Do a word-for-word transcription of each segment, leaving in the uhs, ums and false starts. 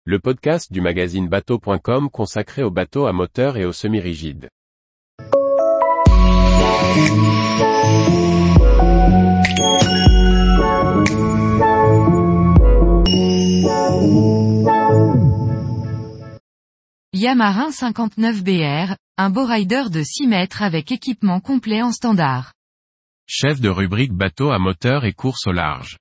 le podcast du magazine bateau point com consacré aux bateaux à moteur et aux semi-rigides. Yamarin cinquante-neuf B R, un bowrider de six mètres avec équipement complet en standard. Chef de rubrique bateau à moteur et course au large.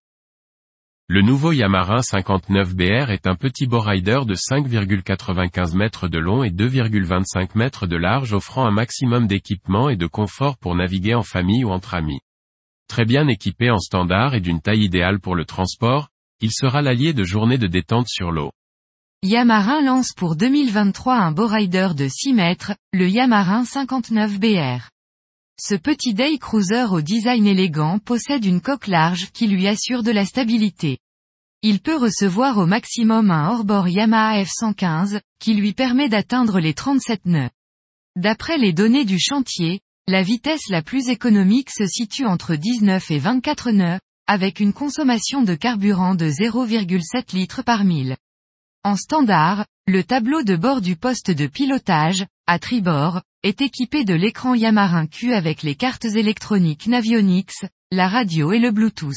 Le nouveau Yamarin cinquante-neuf B R est un petit bowrider de cinq virgule quatre-vingt-quinze mètres de long et deux virgule vingt-cinq mètres de large offrant un maximum d'équipement et de confort pour naviguer en famille ou entre amis. Très bien équipé en standard et d'une taille idéale pour le transport, il sera l'allié de journées de détente sur l'eau. Yamarin lance pour deux mille vingt-trois un bowrider de six mètres, le Yamarin cinquante-neuf B R. Ce petit day cruiser au design élégant possède une coque large qui lui assure de la stabilité. Il peut recevoir au maximum un hors-bord Yamaha F cent quinze, qui lui permet d'atteindre les trente-sept nœuds. D'après les données du chantier, la vitesse la plus économique se situe entre dix-neuf et vingt-quatre nœuds, avec une consommation de carburant de zéro virgule sept litres par mille. En standard, le tableau de bord du poste de pilotage, à tribord, est équipé de l'écran Yamarin Q avec les cartes électroniques Navionics, la radio et le Bluetooth.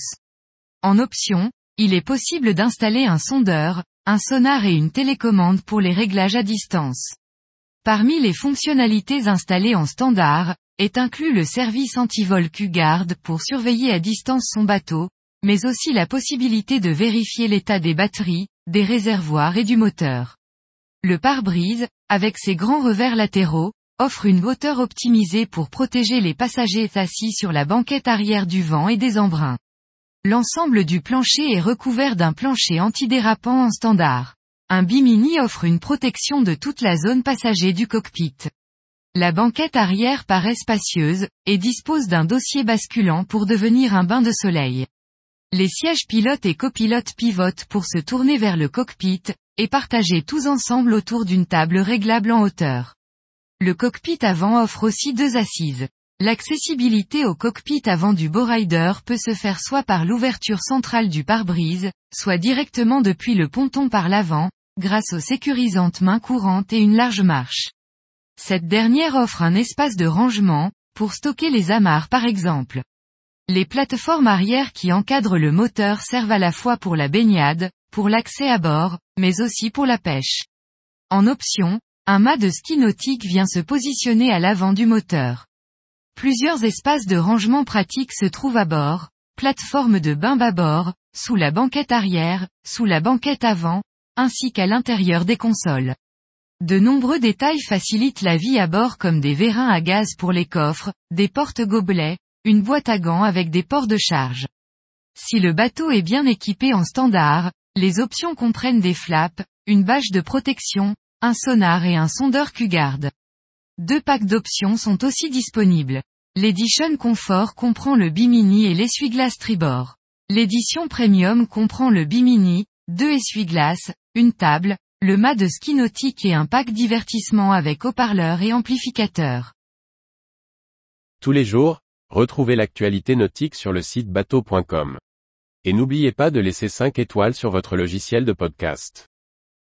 En option, il est possible d'installer un sondeur, un sonar et une télécommande pour les réglages à distance. Parmi les fonctionnalités installées en standard, est inclus le service anti-vol Q-Guard pour surveiller à distance son bateau, mais aussi la possibilité de vérifier l'état des batteries, des réservoirs et du moteur. Le pare-brise, avec ses grands revers latéraux, offre une hauteur optimisée pour protéger les passagers assis sur la banquette arrière du vent et des embruns. L'ensemble du plancher est recouvert d'un plancher antidérapant en standard. Un bimini offre une protection de toute la zone passager du cockpit. La banquette arrière paraît spacieuse, et dispose d'un dossier basculant pour devenir un bain de soleil. Les sièges pilote et copilote pivotent pour se tourner vers le cockpit, et partager tous ensemble autour d'une table réglable en hauteur. Le cockpit avant offre aussi deux assises. L'accessibilité au cockpit avant du bowrider peut se faire soit par l'ouverture centrale du pare-brise, soit directement depuis le ponton par l'avant, grâce aux sécurisantes mains courantes et une large marche. Cette dernière offre un espace de rangement, pour stocker les amarres par exemple. Les plateformes arrière qui encadrent le moteur servent à la fois pour la baignade, pour l'accès à bord, mais aussi pour la pêche. En option, un mât de ski nautique vient se positionner à l'avant du moteur. Plusieurs espaces de rangement pratiques se trouvent à bord, plateforme de bain bâbord, sous la banquette arrière, sous la banquette avant, ainsi qu'à l'intérieur des consoles. De nombreux détails facilitent la vie à bord comme des vérins à gaz pour les coffres, des porte-gobelets, une boîte à gants avec des ports de charge. Si le bateau est bien équipé en standard, les options comprennent des flaps, une bâche de protection, un sonar et un sondeur Q-Guard. Deux packs d'options sont aussi disponibles. L'édition Comfort comprend le bimini et l'essuie-glace tribord. L'édition Premium comprend le bimini, deux essuie-glaces, une table, le mât de ski nautique et un pack divertissement avec haut-parleur et amplificateur. Tous les jours, retrouvez l'actualité nautique sur le site bateau point com. Et n'oubliez pas de laisser cinq étoiles sur votre logiciel de podcast.